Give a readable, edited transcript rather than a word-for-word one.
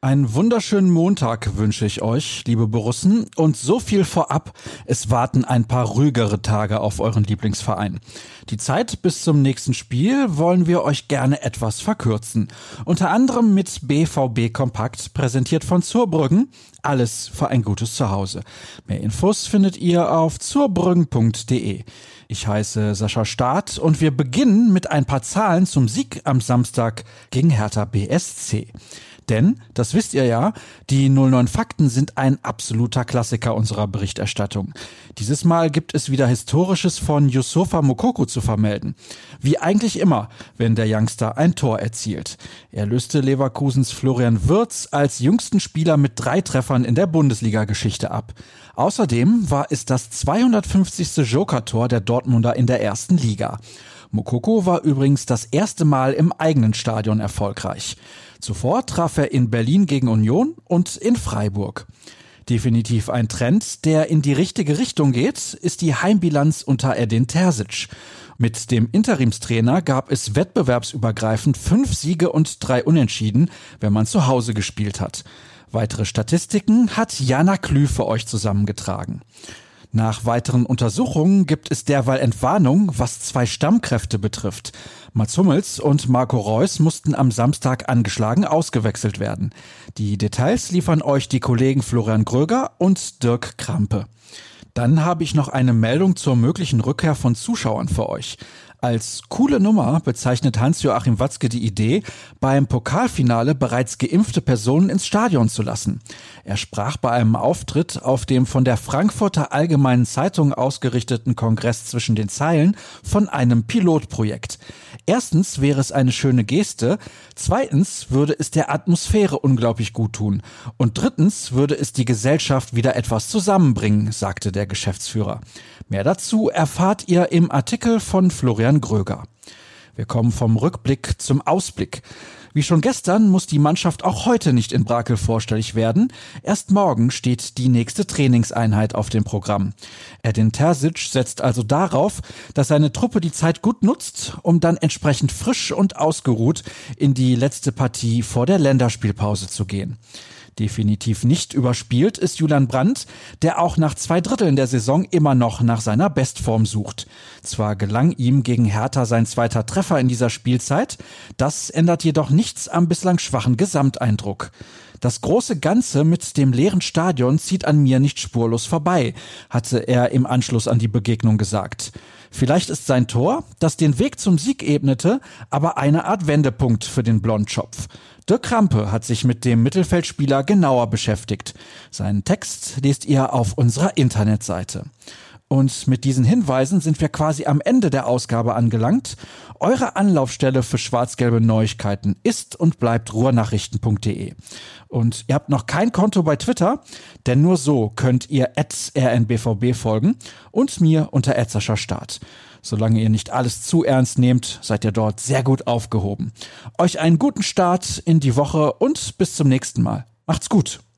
Einen wunderschönen Montag wünsche ich euch, liebe Borussen. Und so viel vorab, es warten ein paar ruhigere Tage auf euren Lieblingsverein. Die Zeit bis zum nächsten Spiel wollen wir euch gerne etwas verkürzen. Unter anderem mit BVB Kompakt, präsentiert von Zurbrüggen. Alles für ein gutes Zuhause. Mehr Infos findet ihr auf zurbrüggen.de. Ich heiße Sascha Staat und wir beginnen mit ein paar Zahlen zum Sieg am Samstag gegen Hertha BSC. Denn, das wisst ihr ja, die 09 Fakten sind ein absoluter Klassiker unserer Berichterstattung. Dieses Mal gibt es wieder Historisches von Youssoufa Moukoko zu vermelden. Wie eigentlich immer, wenn der Youngster ein Tor erzielt. Er löste Leverkusens Florian Wirtz als jüngsten Spieler mit 3 Treffern in der Bundesliga-Geschichte ab. Außerdem war es das 250. Joker-Tor der Dortmunder in der ersten Liga. Moukoko war übrigens das erste Mal im eigenen Stadion erfolgreich. Zuvor traf er in Berlin gegen Union und in Freiburg. Definitiv ein Trend, der in die richtige Richtung geht, ist die Heimbilanz unter Edin Terzic. Mit dem Interimstrainer gab es wettbewerbsübergreifend 5 Siege und 3 Unentschieden, wenn man zu Hause gespielt hat. Weitere Statistiken hat Jana Klü für euch zusammengetragen. Nach weiteren Untersuchungen gibt es derweil Entwarnung, was 2 Stammkräfte betrifft. Mats Hummels und Marco Reus mussten am Samstag angeschlagen ausgewechselt werden. Die Details liefern euch die Kollegen Florian Gröger und Dirk Krampe. Dann habe ich noch eine Meldung zur möglichen Rückkehr von Zuschauern für euch. Als coole Nummer bezeichnet Hans-Joachim Watzke die Idee, beim Pokalfinale bereits geimpfte Personen ins Stadion zu lassen. Er sprach bei einem Auftritt auf dem von der Frankfurter Allgemeinen Zeitung ausgerichteten Kongress zwischen den Zeilen von einem Pilotprojekt. Erstens wäre es eine schöne Geste, zweitens würde es der Atmosphäre unglaublich gut tun und drittens würde es die Gesellschaft wieder etwas zusammenbringen, sagte der Geschäftsführer. Mehr dazu erfahrt ihr im Artikel von Florian Gröger. Wir kommen vom Rückblick zum Ausblick. Wie schon gestern muss die Mannschaft auch heute nicht in Brakel vorstellig werden. Erst morgen steht die nächste Trainingseinheit auf dem Programm. Edin Terzic setzt also darauf, dass seine Truppe die Zeit gut nutzt, um dann entsprechend frisch und ausgeruht in die letzte Partie vor der Länderspielpause zu gehen. Definitiv nicht überspielt ist Julian Brandt, der auch nach 2 Dritteln der Saison immer noch nach seiner Bestform sucht. Zwar gelang ihm gegen Hertha sein 2. Treffer in dieser Spielzeit, das ändert jedoch nichts am bislang schwachen Gesamteindruck. Das große Ganze mit dem leeren Stadion zieht an mir nicht spurlos vorbei, hatte er im Anschluss an die Begegnung gesagt. Vielleicht ist sein Tor, das den Weg zum Sieg ebnete, aber eine Art Wendepunkt für den Blondschopf. Dirk Krampe hat sich mit dem Mittelfeldspieler genauer beschäftigt. Seinen Text lest ihr auf unserer Internetseite. Und mit diesen Hinweisen sind wir quasi am Ende der Ausgabe angelangt. Eure Anlaufstelle für schwarz-gelbe Neuigkeiten ist und bleibt ruhrnachrichten.de. Und ihr habt noch kein Konto bei Twitter, denn nur so könnt ihr @rnbvb folgen und mir unter @sascha-staat. Solange ihr nicht alles zu ernst nehmt, seid ihr dort sehr gut aufgehoben. Euch einen guten Start in die Woche und bis zum nächsten Mal. Macht's gut.